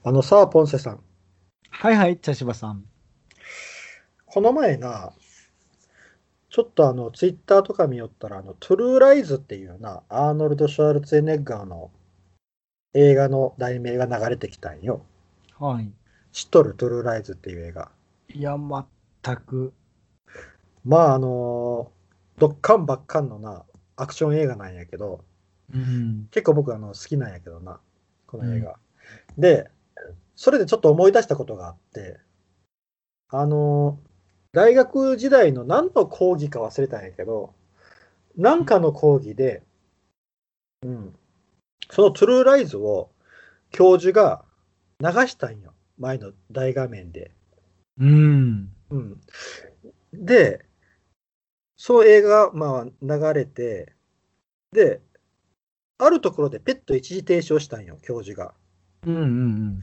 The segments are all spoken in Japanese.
さあ、ポンセさん。 はいはい、茶芝さん。 この前な、ちょっとツイッターとか見よったら、トゥルーライズっていうな、アーノルド・シュワルツェネッガーの映画の題名が流れてきたんよ。 はい。 知っとるトゥルーライズっていう映画。 いや、全く。 まあ、ドッカンバッカンのな、アクション映画なんやけど、 うん。 結構僕好きなんやけどな、こうん。 の映画。で、それでちょっと思い出したことがあって、あの大学時代の何の講義か忘れたんやけど、なんかの講義で、うん、そのトゥルーライズを教授が流したんよ。前の大画面で。 うん。 うん。で、その映画が流れて、で、あるところでペット一時停止をしたんよ、教授が。 うん。うん。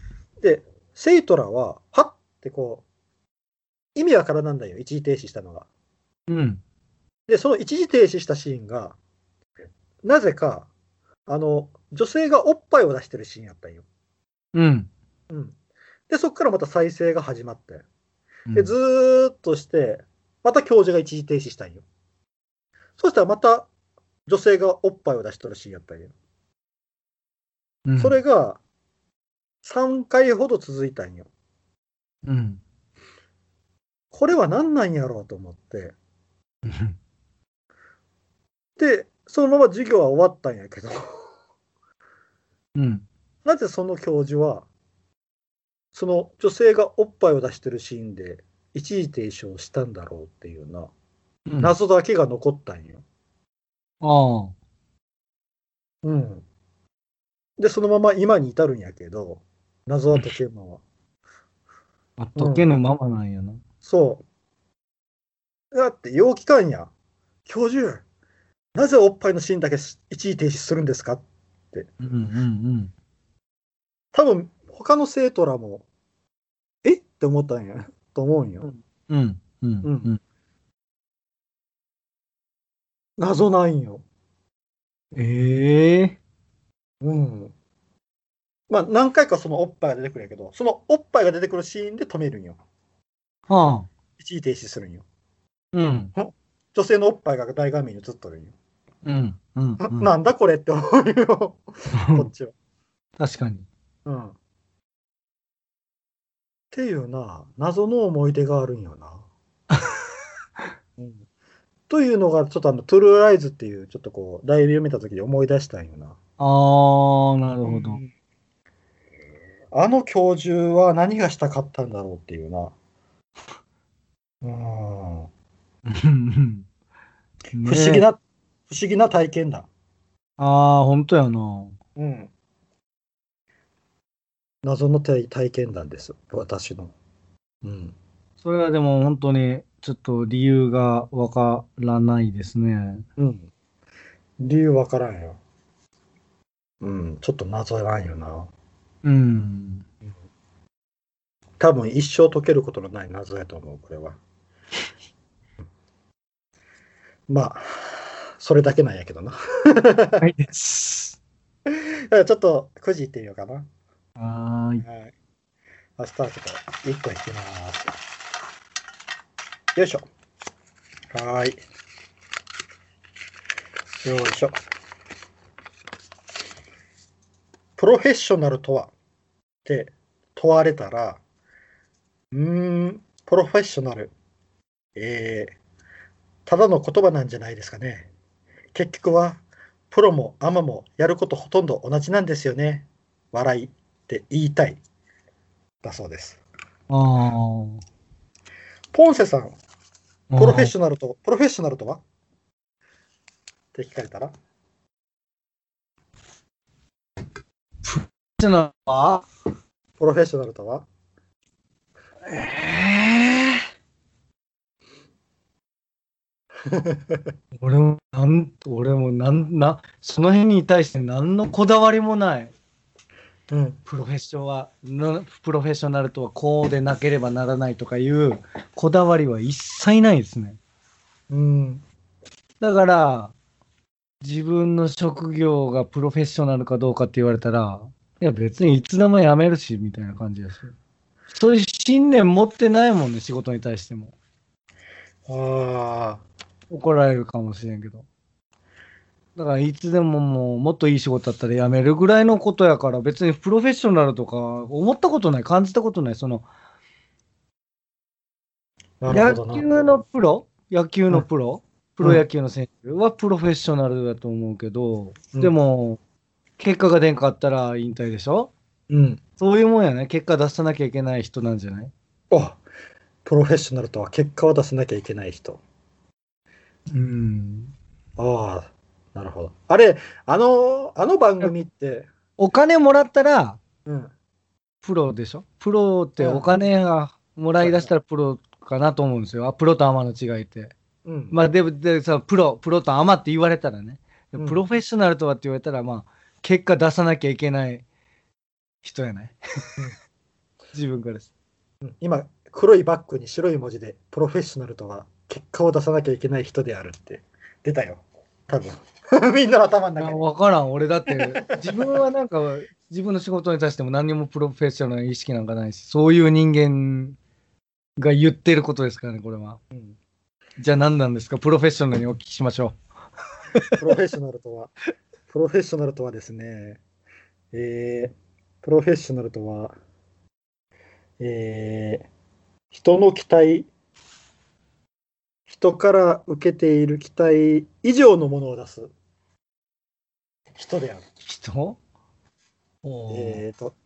で、生徒らは、はっって意味わからなんだよ、一時停止したのが。 うん。 で、その一時停止したシーンが、なぜか、女性がおっぱいを出してるシーンやったんよ。 うん。 うん。で、そこからまた再生が始まって。で、ずうん。 ーっとして、また教授が一時停止したんよ。そしたらまた女性がおっぱいを出しとるシーンやったんよ。そうん。 れが3回ほど続いたんよ。 うん。 これは何なんやろうと思って。で、そのまま授業は終わったんやけど、 うん。 なぜその教授は、その女性がおっぱいを出してるシーンで一時停止をしたんだろうっていうな、 うん。 謎だけが残ったんよ。 ああ。 うん。で、そのまま今に至るんやけど、謎は解けんまま。 解うん。 けぬままなんやな。 そう。だって、陽気感や。教授、なぜおっぱいのシーンだけ一時停止するんですかって。 うん。うん。 多分、他の生徒らも、えって思ったんや。と思うんよ。 うん。うん。うん。 うん。 うん。 謎なんよ。 ええうん。まあ、何回かそのおっぱいが出てくるんやけど、そのおっぱいが出てくるシーンで止めるんよ。 ー。はあ。 一時停止するんよ。 うん。 女性のおっぱいが大画面に映っとるんよ。 うん。うん。うん。 なんだこれって思うよ。こっちは。 確かに。 うん。っていうな、謎の思い出があるんよな。うん。というのが、ちょっとトゥルーライズっていう、ちょっと題名を見たときに思い出したんよな。 ああ、なるほど。 うん。あの教授は何がしたかったんだろうっていうな。うん。 うんねえ。 不思議な、不思議な体験だ。 ああ、本当やな。 うん。謎の体験談です。私の。うん。 それはでも本当にちょっと理由がわからないですね。 うん。理由わからんよ。うん。ちょっと謎なんよな。 うん。 うん。多分一生解けることのない謎やと思う、これは。まあ、それだけなんやけどな。 はいです。 ちょっとくじいってみようかな。 はーい。 はい。明日はちょっと1個引きます。よいしょ。はい。よいしょ。プロフェッショナルとはって問われたら、プロフェッショナル。ただの言葉なんじゃないですかね。結局は、プロもアマもやることほとんど同じなんですよね。笑いって言いたい。だそうです。 ああ。 ポンセさん、プロフェッああ。 ショナルと、プロフェッショナルとはって聞かれたら、 じゃなはプロフェッショナルとは。 その辺に対して何のこだわりもない。 うん。 プロフェッショナルとはこうでなければならないとかいうこだわりは一切ないですね。 うん。 だから、自分の職業がプロフェッショナルかどうかって言われたら、 いや、別にいつでも辞めるし、みたいな感じですよ。そういう信念持ってないもんね、仕事に対しても。 ああ、 怒られるかもしれんけど。だから、いつでももう、もっといい仕事だったら辞めるぐらいのことやから、別にプロフェッショナルとか、思ったことない、感じたことない。野なるほどな。 球のプロ、 うん、 プロ野うん、 球の選手はプロフェッショナルだと思うけど、 うん、 でも、結果が出んかったら引退でしょ。 うん。 そういうもんやね。結果出さなきゃいけない人なんじゃない？ あ、プロフェッショナルとは結果を出さなきゃいけない人。 うん。 ああ、なるほど。あれ、あの番組って、 お金もらったらうん、 プロでしょ。プロっておうん、 金がもらそうやな。 い出したらプロかなと思うんですよ。プロとアマの違いって。 うん、 まあでさ、プロとアマって言われたらね。 うん。 プロフェッショナルとはって言われたら、まあ、結果出さなきゃいけない人やない。 うん。 自分からして。 今、黒いバッグに白い文字で、プロフェッショナルとは結果を出さなきゃいけない人であるって出たよ。多分。みんなの頭の中に。 わからん。俺だって、自分はなんか、自分の仕事に対しても何にもプロフェッショナルな意識なんかないし、そういう人間が言ってることですからね、これは。 うん。 じゃあ何なんですか？プロフェッショナルにお聞きしましょプロフェッショナルとは、プロフェッショナルとはですね、プロフェッショナルとは、人の期待、人から受けている期待以上のものを出す人である。 う。人おー。 えーと、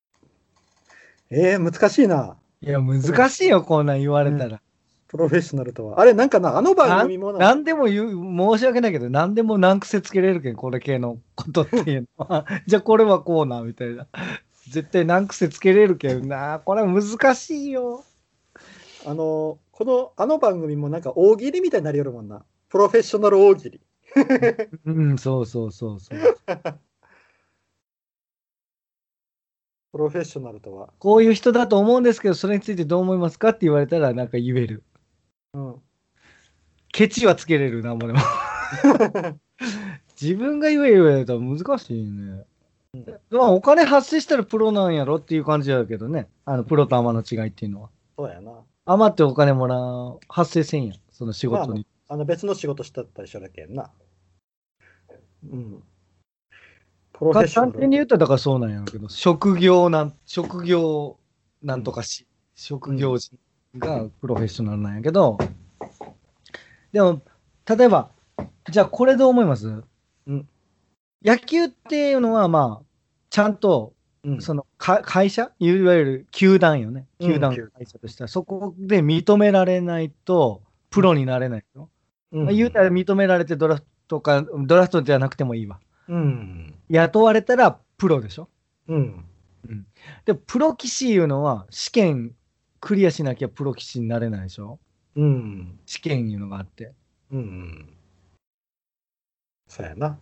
難しいな。 いや、 プロ、 難しいよ、こんなん言われうん、 たら。 プロフェッショナルとは。あれ、なんかな、あの番組もな、 なんでも申し訳ないけど、なんでも難癖つけれるけん、これ系のことっていうのは。じゃあこれはこうな、みたいな。絶対難癖つけれるけどな、これは難しいよ。 あの番組もなんか大喜利みたいになりよるもんな。プロフェッショナル大喜利。 うん、そうそうそうそう。 プロフェッショナルとは。 こういう人だと思うんですけど、それについてどう思いますかって言われたら、なんか言える。 うん。 ケチはつけれる、なんぼでも。自分が言われたら難しいね。 うん、 まあ、お金発生したらプロなんやろっていう感じだけどね。プロとアマの違いっていうのは。 そうやな。 アマってお金もらう、発生せんやん。その仕まあ、 事に。 別の仕事してたりしただけんな。うん。プロフェッショナル。 単純に言うと、だからそうなんやろうけど、職業うん。 なんとかし、 うん。 職業人がプロフェッショナルなんやけど、でも、例えば、じゃあこれどう思います？ うん。 野球っていうのは、まあ、ちゃんと、 うん。 会社いわゆる球団よね。 うん。 球団会社としては、そこで認められないと、 うん。 プロになれないよ。まあ、言ううん。 たら認められてドラフトじゃなくてもいいわ。 うん。 雇われたらプロでしょ。 うん。 うん。で、プロ棋士いうのは、試験クリアしなきゃプロ棋士になれないでしょ。 うん。 試験いうのがあって。 うん。そうやな。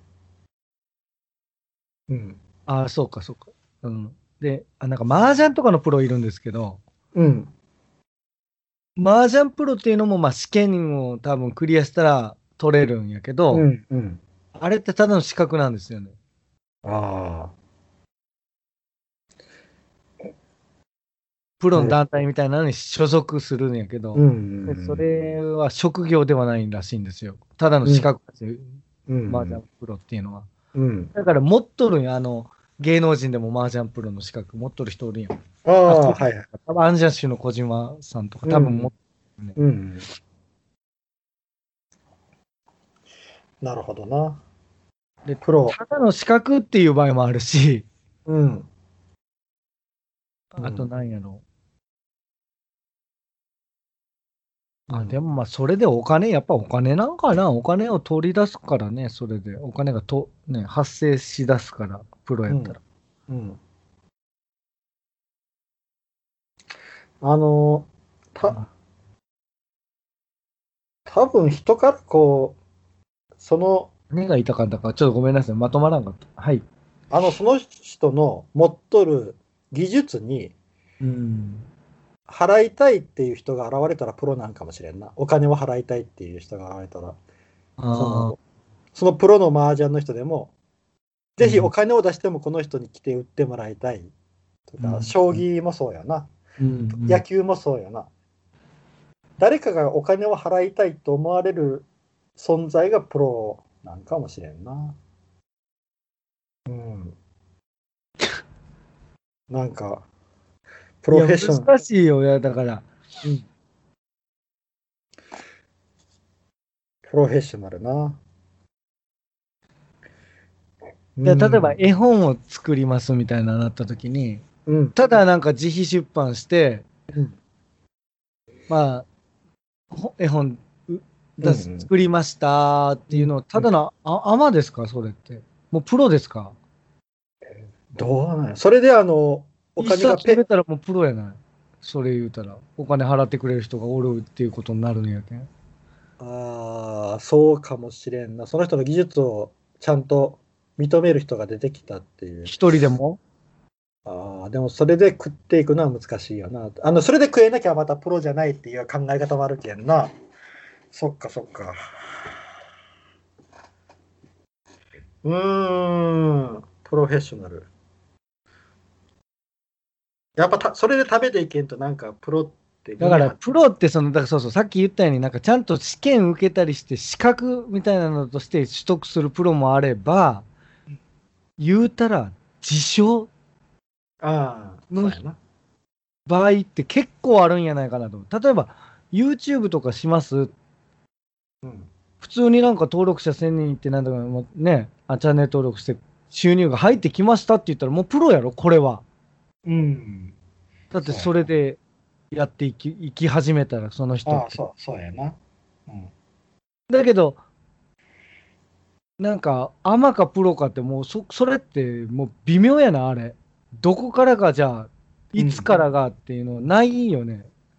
うん。 ああ、そうか、そうか。うん。で、なんか麻雀とかのプロいるんですけど、 うん。 麻雀プロっていうのも、まあ、試験を多分クリアしたら取れるんやけど、 うん。うん。 あれってただの資格なんですよね。 ああ。 プロのなるほど。 団体みたいなのに所属するんやけうど、でそん。 れは職業ではないらしいんですよ。ただのうん。 資格ですよ。 うん。 麻雀プロっていうのは。 うん。 だから持っとるんや、芸能人でも麻雀プロの資格持っとる人おるやん。 ああ、はいはい。 多分アンジャッシュの小島さんとかうん。 多分持ってるね。 うん。なるほどな。 で、 プロ。 ただの資格っていう場合もあるし、 うん。うあとん。 何やろう。でうん。 もまあ、それでやっぱお金なんかな。お金を取り出すからね、それで。お金がね、発生しだすから、プロやうん。 ったら。 うん。あの、た、 うん。 多分人からこう、 何が言いたかったか、ちょっとごめんなさい。まとまらんかった。はい。 その人の持っとる技術にうん。 払いたいっていう人が現れたらプロなんかもしれんな。お金を払いたいっていう人が現れたら、そああ、 の、そのプロの麻雀の人でも、 ぜひお金を出してもこの人に来て売ってもらいたいとか、 うん将棋もそうやな、 うん野球もそうやな。誰かがお金を払いたいと思われる存在がプロなんかもしれんな。うん。なんか、プロフェッショナル。 難しいよ、いやだから。 うん。プロフェッショナルな。 で例えばうん。 絵本を作りますみたいななった時に、 うん。 ただなんか自費出版して、 うん。 まあ、絵本うん。 作りましたってうん。 いうのを、 うん。 ただのアマですか、それって。もうプロですか？ どうなんや。それでお一金が冊売れたらもうプロやない。それ言うたら、お金払ってくれる人がおるっていうことになるんやけん。 ああ、そうかもしれんな。その人の技術をちゃんと認める人が出てきたっていう。 一人でも。 ああ、でもそれで食っていくのは難しいよな。それで食えなきゃまたプロじゃないっていう考え方もあるけんな。そっかそっか。プロフェッショナル。やっぱそれで食べていけんとなんかプロってだから、 胸張って。 プロってだからそうそう、さっき言ったように、なんかちゃんと試験受けたりして、資格みたいなのとして取得するプロもあれば、言うたら、自称ああ、そのうやな。 場合って結構あるんやないかなと。例えば、YouTube とかします。 うん。 普通になんか登録者1000人いってなんだかもうね、チャンネル登録して収入が入ってきましたって言ったらもうプロやろ、これは。 うん。 だってそうやな。 それでやっていき始めたら、その人っああ、 て。 そうやな。うん。 だけど、なんか、アマかプロかってもうそれってもう微妙やな、あれ。どこからかじゃあ、いつうん。 からがっていうのないよね。 うん。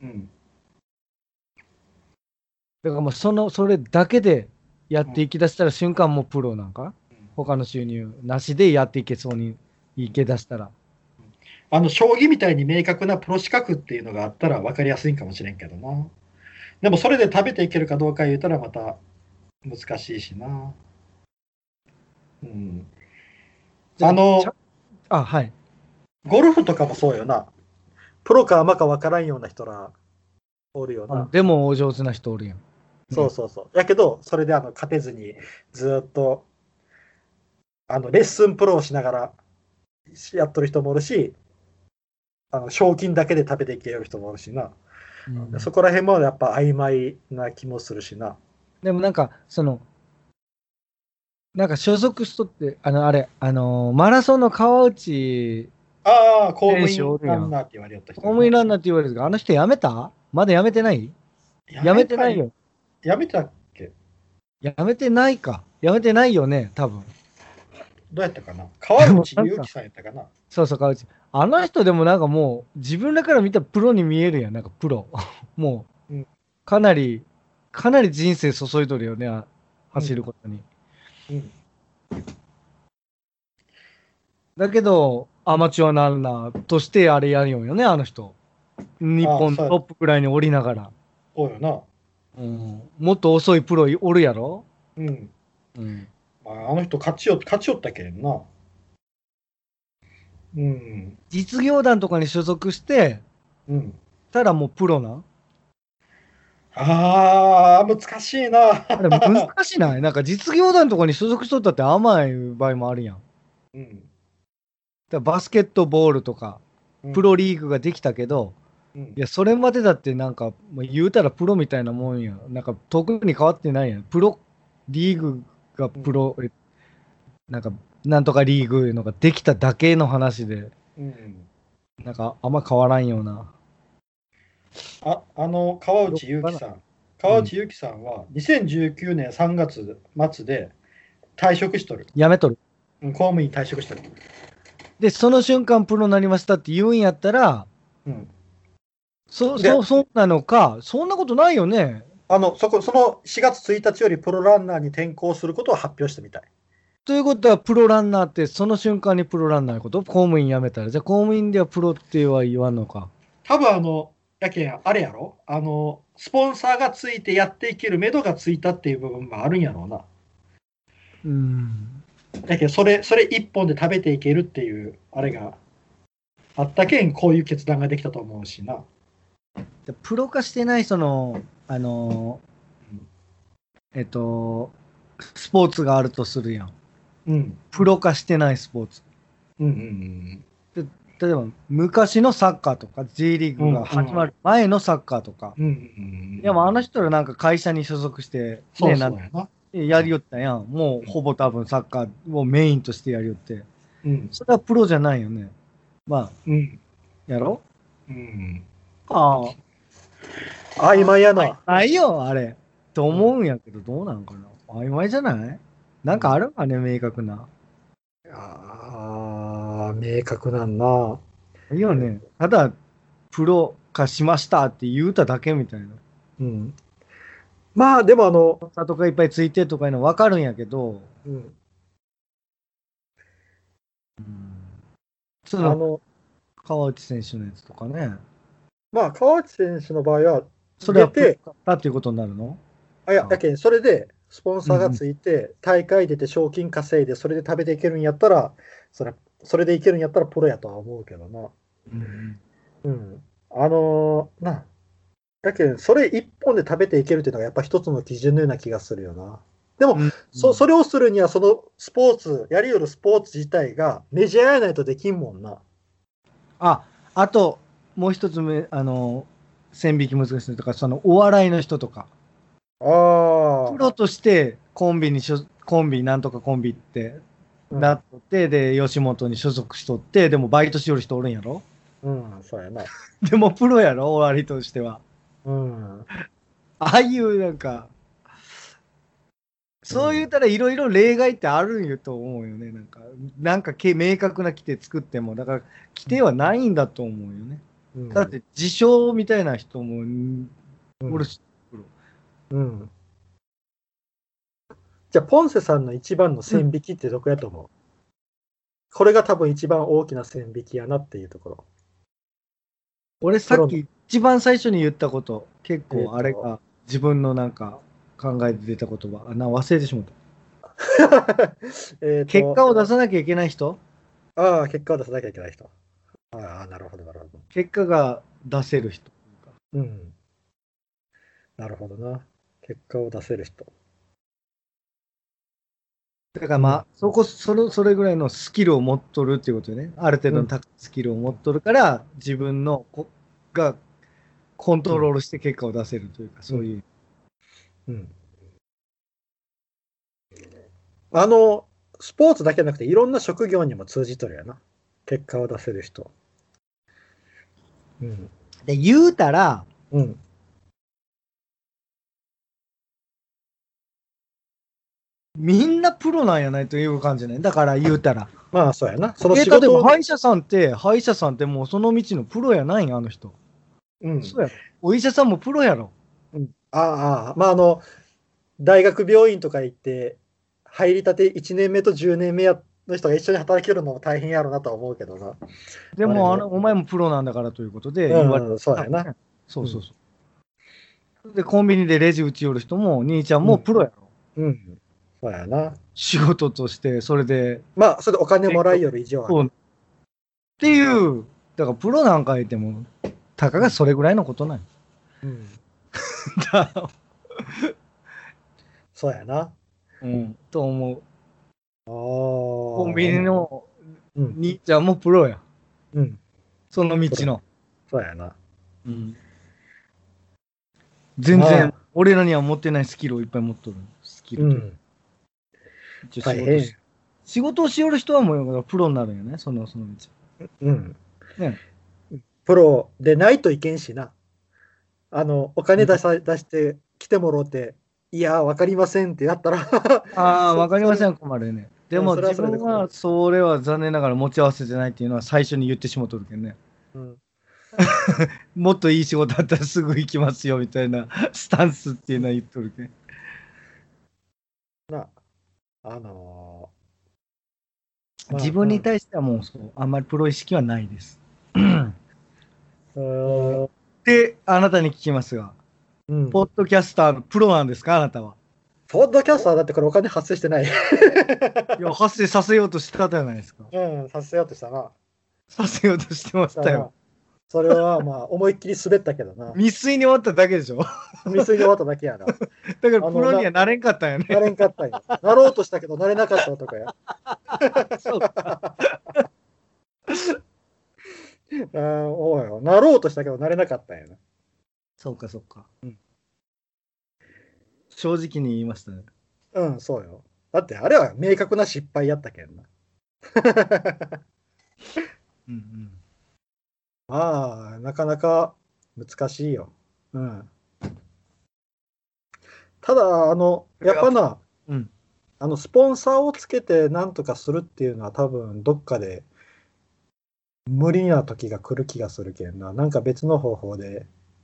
だからもうそれだけでやっうん。 ていきだしたら瞬間もうプロなんか他の収入なしでやっていけそうにいけだしたら。 将棋みたいに明確なプロ資格っていうのがあったら分かりやすいんかもしれんけどな。でもそれで食べていけるかどうか言うたらまた難しいしな。うん。 じゃあ、はい。 ゴルフとかもそうよな。プロかアマか分からんような人らおるよな。 でもお上手な人おるやん。うん。 そうそうそう。やけど、それで勝てずにずっとレッスンプロをしながらやっとる人もおるし、賞金だけで食べていける人もおるしな。 うん、 そこら辺もやっぱ曖昧な気もするしな。 でもなんか、なんか所属しとって、マラソンの川内ああ、公選務員手おるやん。 ランナーって言われよった公人やな。 務員ランナーって言われるけど、あの人辞めた？まだ辞めてない？辞めやめたい、 てないよ。 やめたっけ？ 辞めてないか。辞めてないよね、多分。 どうやったかな？ で川もなんか、 内優輝さんやったかな？ そうそう、川内。あの人でもなんかもう、自分らから見たらプロに見えるやん、なんかプロ。もう、 うん、 かなり、かなり人生注いどるよね、 うん、 走ることに。 うん。 だけど、アマチュアランナーとしてあれやるよね、あの人。日ああ、 本トップくらいに降りながら。 そうよな。 うん、もっと遅いプロおるやろ？ うん。 うん。 まあ、あの人勝ちよったけんな。うん。 実業団とかに所属して、 うん。 たらもうプロなん？ ああ、難しいな。 あれ難しない？なんか実業団とかに所属しとったって甘い場合もあるやん。だかうん。 らバスケットボールとか、 うん。 プロリーグができたけど、 うん。 いや、それまでだってなんか、もう言うたらプロみたいなもんや。なんか特に変わってないやん。プロリーグがうん。 プロ、なんか、なんとかリーグいうのができただけの話で、 うん。 なんかあんま変わらんような。 川内優どっかな。 輝さん。川うん。 内優輝さんは2019年3月末で退職しとる。 やめとる。 うん、公務員退職しとる。 で、その瞬間プロになりましたって言うんやったら、 うん。で、 そうなのか、そんなことないよね。 その4月1日よりプロランナーに転向することを発表してみたい。 ということは、プロランナーって、その瞬間にプロランナーのこと公務員辞めたら、じゃあ公務員ではプロっては言わんのか。 多分やけん、あれやろスポンサーがついてやっていける目処がついたっていう部分があるんやろうな。 うん。 だけどそれ一本で食べていけるっていう、あれがあったけん、こういう決断ができたと思うしな。 でプロ化してない、その、スポーツがあるとするやん。 うん。 プロ化してないスポーツ。 うんうんで例えば、昔のサッカーとか、J リーグが始まる前のサッカーとか。 うん。うんうん。 いや、もうあの人らなんか会社に所属して、 そうね、 そうやな。 やりよったやん。もうほぼ多分サッカーをメインとしてやりよって。 うん。 それはプロじゃないよね。まあ、 うん。 やろうん。 あ曖昧やあ、 な。 ないよ、あれ。と思うんやけど、どうなんかな。曖昧じゃないなんかあるかね、明確な。 ああ、明確なんな。 いいよね。ただ、プロ化しましたって言うただけみたいな。 うん。まあ、でもスポンサーとかいっぱいついてとかいうの分かるんやけど、 うん。 うん、その、 あの、 川内選手のやつとかね。 まあ、川内選手の場合は、 それはプロ出て、 化だっていうことになるの？ やけん、それで、スポンサーがうんうん。 ついて、大会出て賞金稼いで、それで食べていけるんやったら、それでいけるんやったらプロやとは思うけどな。 うんうん。やけん、それ一本で食べていけるっていうのがやっぱ一つの基準のような気がするよな。でも、 うん。 それをするには、そのスポーツ、やりよるスポーツ自体がメジャーやないとできんもんな。 あ、あと、もう一つ線引き難しいとか、そのお笑いの人とか、プああ、 ロとしてコンビ、なんとかコンビってうん、 なっとって、で、吉本に所属しとって、でもバイトしよる人おるんやろ？ うん、そうやな。 でもプロやろ、お笑いとしては。 うん、 ああいうなんか、そう言うん、 ったらいろいろ例外ってあるんよと思うよね。なんか明確な規定作っても、だから規定はないんだと思うよね。 うん、 だって自称みたいな人もうん、 おるし、プロ。 うん。じゃあ、ポンセさんの一番のうん。 線引きってどこやと思う？これが多分一番大きな線引きやなっていうところ。 俺プロの、 さっき一番最初に言ったこと、結えっ構あれと、 が自分のなんか考えて出た言葉、忘れてしまった。 えっと、 結果を出さなきゃいけない人、 ああ、結果を出さなきゃいけない人。ああ、なるほど、なるほど。 結果が出せる人。 うん、なるほどな。結果を出せる人。 だからまうん、 あ、それぐらいのスキルを持っとるっていうことよね。ある程うん、 度の高いスキルを持っとるから、自分のがコンうん、 トロールして結果を出せるというか、 うん、 そういう。 うん。あの、スポーツだけじゃなくて、いろんな職業にも通じとるやな。結果を出せる人。うん、 で、言うたら、 うん。 みんなプロなんやないという感じね。だから言うたら。 まあ、そうやな。その仕例えば事を、 歯医者さんってもうその道のプロやないん、あの人。 うん、 そうやろ。お医者さんもプロやろ。 うん。まあ、大学病院とか行って、入りたて1年目と10年目の人が一緒に働けるのも大変やろうなとは思うけどな。 でも、 あれも。 お前もプロなんだからということで言われうん、そうやな。 たもんね。そうそううん、 そう。で、コンビニでレジ打ち寄る人も、兄ちゃんうん、 もプロやろ。 うん。そうやな。 仕事として、それで、 まあ、それでお金もらいよる以上はそうっな。 ていう、だからプロなんか言っても、たかうん、 がそれぐらいのことなんよ。 うん。 だそうやな。 うん、と思う。 ああ、 コンビニのうん、 兄ちゃんもプロや。 うん。 そのプロ。 道の。 そうやな。 うん、全然、 まあ、 俺らには持ってないスキルをいっぱい持っとる。スキルというか。 うん。 一応大変。 仕事をしよる人はもうプロになるよね、その道。 うん。 ね。 プロでないといけんしな。お金うん出して来てもろうて、いや、わかりませんってなったらああ、わかりそれ、 ません、困るよね。でうん、 もそれは自分それで困る。 はそれは残念ながら持ち合わせてないっていうのは最初に言ってしもとるけどね。 うん。 もっといい仕事あったらすぐ行きますよみたいなスタンスっていうのは言っとるけど。 な、あのま自あまあ、 分に対してはもうそう、あんまりプロ意識はないです。 うーん、 で、あなたに聞きますが、 うん。 ポッドキャスターのプロなんですか、あなたは。 ポッドキャストはだってこれお金発生してない。 いや、発生させようとしたじゃないですか。 うん、させようとしたな。 させようとしてましたよ。 それはまあ思いっきり滑ったけどな。 未遂に終わっただけでしょ。 未遂で終わっただけやな。 だからプロにはなれんかったんよね。 なれんかったんや。なろうとしたけどなれなかった男や。 そうか。 おいよ。なろうとしたけどなれなかったんやな。 そうか、そうか。 うん、 正直に言いましたね。 うん、そうよ。だってあれは明確な失敗やったけんな。 うんうん。 まあ、なかなか難しいよ。うん。ただ、やっぱな、 うん。 スポンサーをつけてなんとかするっていうのは多分どっかで無理な時が来る気がするけんな。なんか別の方法で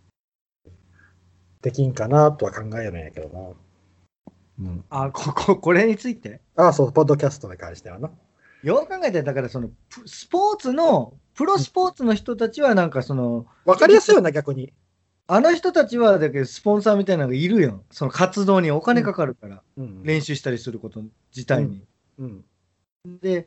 できんかなとは考えるんやけどな。うん。 あ、これについてああ、そう、ポッドキャストに関してはな。 よう考えて、だからそのスポーツの、プロスポーツの人たちはなんかその、 わかりやすいよな、逆に。 あの人たちはだけどスポンサーみたいなのがいるよ。その活動にお金かかるから、 うん。 練習したりすること自体に。 うん。 で、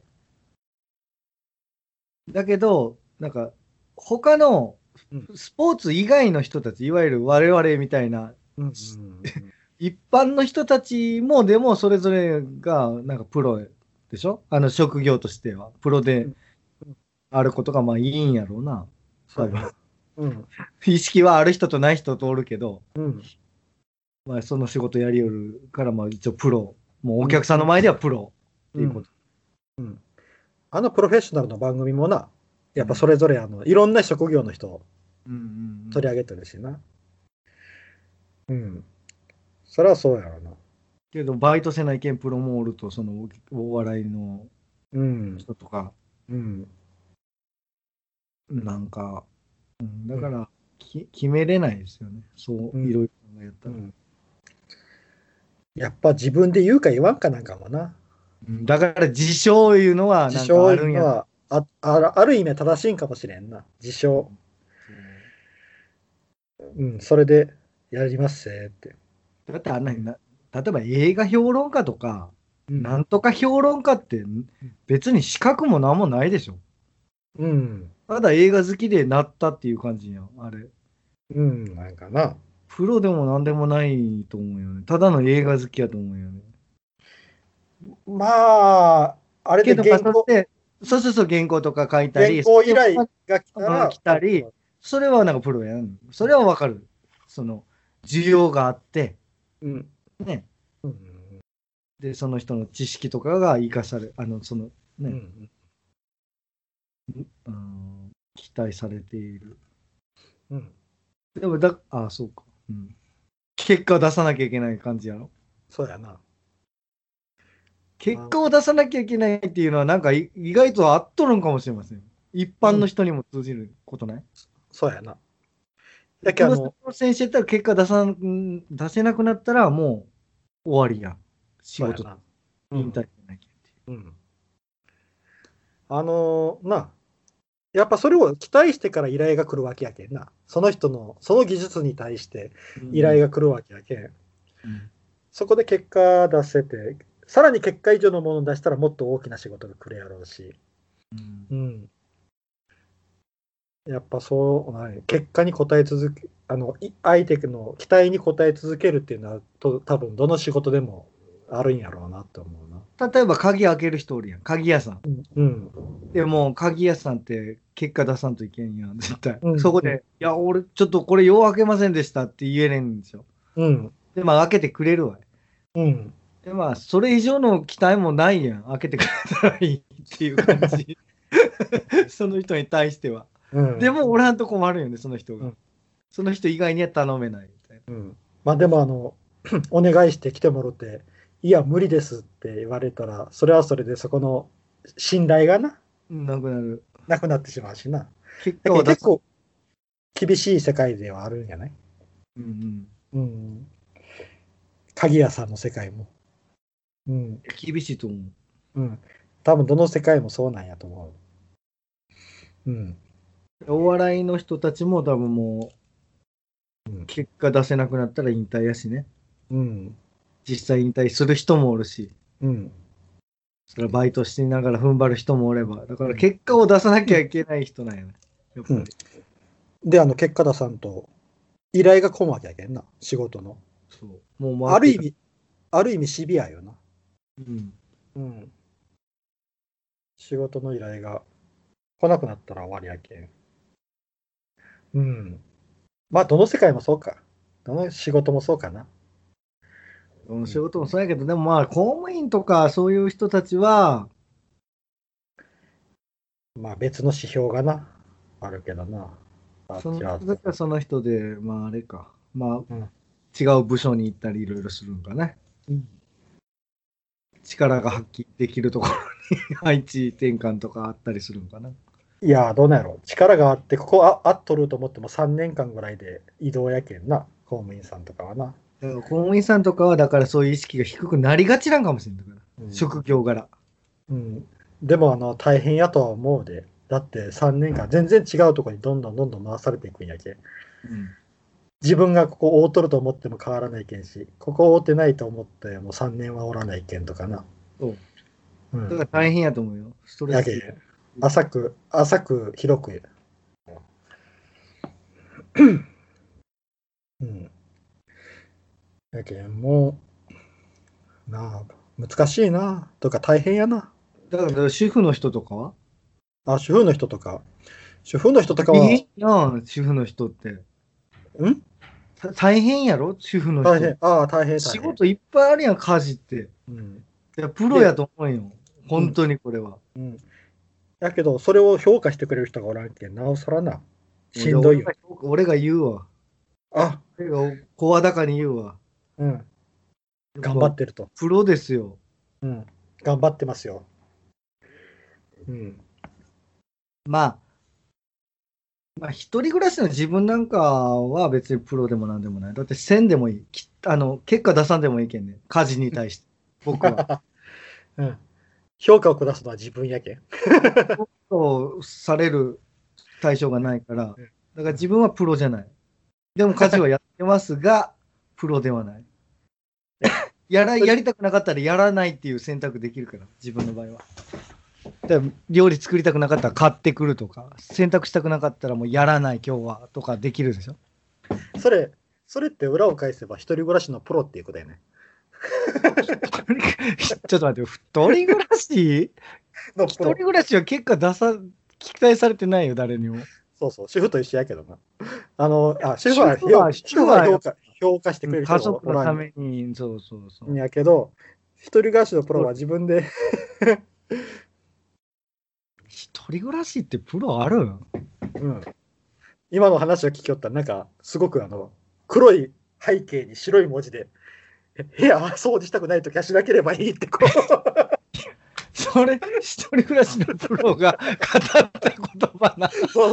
だけど、なんか、他のうん。 スポーツ以外の人たち、いわゆる我々みたいな、 うん。 一般の人たちも、でもそれぞれが、なんかプロでしょ、職業としては。プロでうん。 あることがまあいいんやろうな。多分。 そうやな。うん。 意識はある人とない人とおるけど、 うん。 まあその仕事やりよるから、まあ一応プロ。もうおうん。 客さんの前ではプロってうん。 いうこと。 うん。プロフェッショナルの番組もな、やっぱそうんれぞれいろんな職業の人をうんうんうん取り上げてるしな。うん。それはそうやろな。 けど、バイトせないけんプロもおると、そのお笑いのうん。 人とか、 うん。 なんか、だうん。 から決めれないですよね。そうん。 ういろいろやったら。 うん。やっぱ自分で言うか言わんかなんかもな。 だから自称いうのはなんか自称あるんやと。 いうのは、ある意味は正しいんかもしれんな。自称。 そううん。それでやりますぜって。 だって例えば映画評論家とか、 うん。 なんとか評論家って別に資格もなんもないでしょ。 うん。 ただ映画好きでなったっていう感じやん、あれ。 うん。なんかな。 プロでもなんでもないと思うよね。ただの映画好きやと思うよね。 まあ、あれでけど、まあ、そう原稿とか書いたり、 原稿依頼が来た来ら、 たり、それはなんかプロやん。それはわかる。その、需要があって、 うん。 ね。 うん。 で、その人の知識とかが生かされ、ね、 うん。 期待されている。 うん。 でも、そうか。結果を出さなきゃいけない感じやろ。 そうやな。 結果を出さなきゃいけないっていうのは、なんか意外と合っとるんかもしれません。一般うん。 の人にも通じることない。 そうやな。だけプロ選手やったら結果出せなくなったらもう終わりや。仕事そうやな。うん。 引退しなきゃってうん。やっぱそれを期待してから依頼が来るわけやけんな。その人の、その技術に対していう。 依頼が来るわけやけん。 うんそこで結果出せて、さらに結果以上のものを出したらもっと大きな仕事が来るやろうし。 うんうん。やっぱそう、結果に応え続け、相手の期待に応え続けるっていうのは、多分どの仕事でもあるんやろうなって思うな。 例えば鍵開ける人おるやん。鍵屋さん。 うん。 でも鍵屋さんって結果出さんといけんやん。絶対。 うん。うん。 そこで、いや、俺ちょっとこれよう開けませんでしたって言えれんんですよ。 うん。 で、まあ開けてくれるわ。 うん。 で、まあそれ以上の期待もないやん。開けてくれたらいいっていう感じ。その人に対しては。 うん。 でも、おらんと困るよね、その人が。 うん。 その人以外には頼めないみたいうん。まあでもお願いして来てもろて、いや、無理ですって言われたら、それはそれでそこの信頼がな。なくなる。 なくなってしまうしな。 結果を出す。 だけど結構厳しい世界ではあるんじゃない？ うんうん。鍵屋さんの世界も。うん。 厳しいと思う。 うん。多分どの世界もそうなんやと思う。うん。 お笑いの人たちも多分もう、 うん。 結果出せなくなったら引退やしね。 うん。 実際引退する人もおるし、 うん。 それはバイトしながら踏ん張る人もおれば、だから結果を出さなきゃいけない人なんやね。やっぱり。 で、結果出さんと、依頼が来んわけやけんな、仕事の。 そう。もう回ってた。 ある意味シビアよな。 うん。 うん。仕事の依頼が来なくなったら終わりやけん。うん。まあ、どの世界もそうか。どの仕事もそうかな。 仕事もそうやけど、でもまあ、公務員とかそういう人たちは、 まあ、別の指標がな、あるけどな。あっそのちは。 人たちはその人で、まああれか。まあ、 うん。 違う部署に行ったりいろいろするんかね。 うん力が発揮できるところに配置転換とかあったりするんかな。 いや、どうなんやろ。力があって、ここあっとると思っても3年間ぐらいで移動やけんな。公務員さんとかはな。 だから公務員さんとかは、だからそういう意識が低くなりがちなんかもしれないから。 うん職業柄。 うん。でも、大変やとは思うで。だって3年間、全然違うところにどんどんどんどん回されていくんやけん。 うん。 自分がここ覆っとると思っても変わらないけんし、ここ覆ってないと思っても3年はおらないけんとかな。 そう。 うん。 だから大変やと思うよ。ストレス。 やけん、浅く広く。うん。やけん、もう、なあ、難しいな。とか大変やな。 だから主婦の人とかはあ、主婦の人とか。主婦の人とかは、 大変やん、主婦の人って。 ん大変やろ主婦の人。 大変。ああ、大変、大変。 仕事いっぱいあるやん、家事って。 うん。 いや、プロで、 やと思うよ。本当にこれは。 うん。やけど、それを評価してくれる人がおらんけん、なおさらな。 もうじゃあしんどいよ。 俺が言うわ。 あ、 俺が声高に言うわ。 うん。頑張やっぱってると。 プロですよ。 うん。頑張ってますよ。うん。 まあ、一人暮らしの自分なんかは別にプロでもなんでもない。だってせんでもいい。結果出さんでもいいけんね。家事に対して。僕は。 うん。評価を下すのは自分やけん。 そうされる対象がないから。だうんから自分はプロじゃない。でも家事はやってますが、プロではない。やりたくなかったらやらないっていう選択できるから、自分の場合は。で料理作りたくなかったら買ってくるとか、洗濯したくなかったらもうやらない今日はとかできるでしょ。 それ、それって裏を返せば一人暮らしのプロっていうことやね。 ちょっと待って、一人暮らし一のプロ。 人暮らしは結果期待されてないよ、誰にも。 そうそう、主婦と一緒やけどな。主婦主婦は評価してくれる人家が族のたおらんめに、そうそうそんう。 やけど、一人暮らしのプロは自分で一人暮らしってプロある？ うん、今の話を聞きよったら、なんか、すごく黒い背景に白い文字で、部屋掃除したくないときはしなければいいってこそれ、一人暮らしのプロが語った言葉な。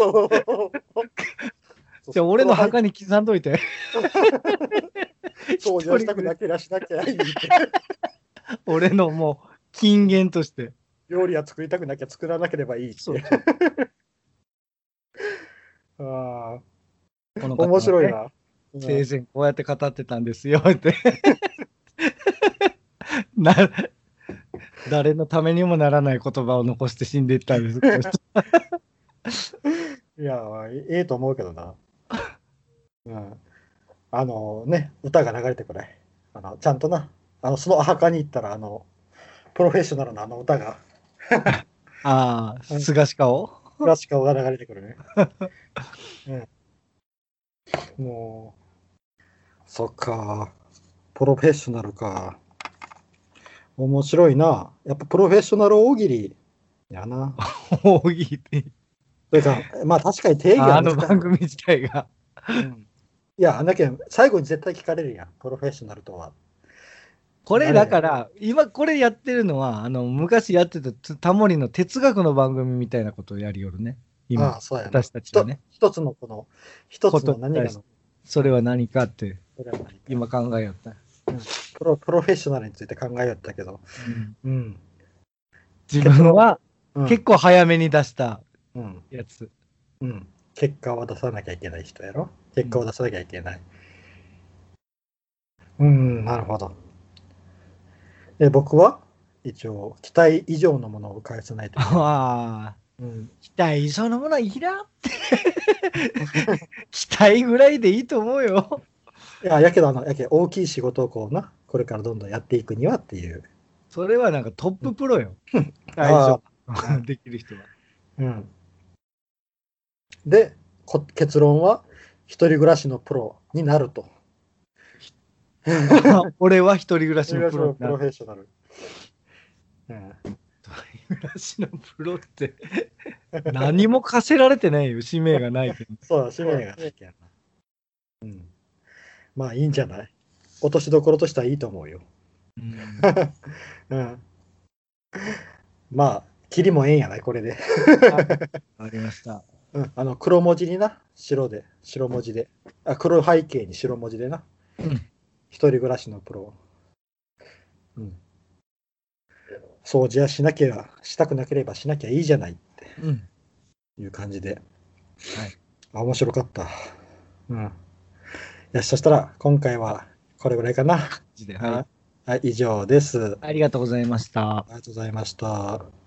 じゃあ、俺の墓に刻んどいて。 掃除をしたくなければしなきゃいいって。 俺のもう、金言として。 料理は作りたくなきゃ作らなければいいって。 そうあこの方はね面白いな。 生前こうやって語ってたんですよってな誰のためにもならない言葉を残して死んでいったんです。 いや、いいと思うけどな。うん。歌が流れてくれ。ちゃんとな、そのお墓に行ったら、プロフェッショナルな歌が、 ああ、菅氏顔クラシカが流れてくるね。もう、そっか。プロフェッショナルか。面白いな。やっぱプロフェッショナル大喜利やな。 大喜利。 それか、まあ確かに定義は難しい。 番組自体が。 いや、だけど、最後に絶対聞かれるやん。プロフェッショナルとは。 これだから、今これやってるのは、昔やってたタモリの哲学の番組みたいなことをやりよるね。今、 そうやな。 私たちはね。 一つの何かの。 それは何かって、今考えよった。 プロフェッショナルについて考えよったけど。 自分は結構早めに出したやつ。 結果を出さなきゃいけない人やろ。結果を出さなきゃいけない。なるほど。 僕は一応、期待以上のものを返さないといけない。 ああ、 うん、 期待そのものはいらんって。期待ぐらいでいいと思うよ。 やけど、大きい仕事をこうな、これからどんどんやっていくにはっていう。 それはなんかトッププロよ。最あ初あ、 できる人は。 うん。で、結論は、一人暮らしのプロになると。 俺は一人暮ら一人暮らししのプロになる。 のプロフェッショナル。うん、 一人暮らしのプロって何も課せられてないよ。使命がないけど。 そうだ、使命がないけんな。うん。まあいいんじゃない。落としどころとしてはいいと思うよ。 うんうん。まあ、切りもええんやない、これで。 ありました。 うん。黒文字にな、白文字で。黒背景に白文字でな。 うん。 一人暮らしのプロ。うん。掃除はしたくなければしなきゃいいじゃないってうん。 いう感じで。 はい。 面白かった。うん。そしたら、今回はこれぐらいかな。 はい。 はい、以上です。 ありがとうございました。 ありがとうございました。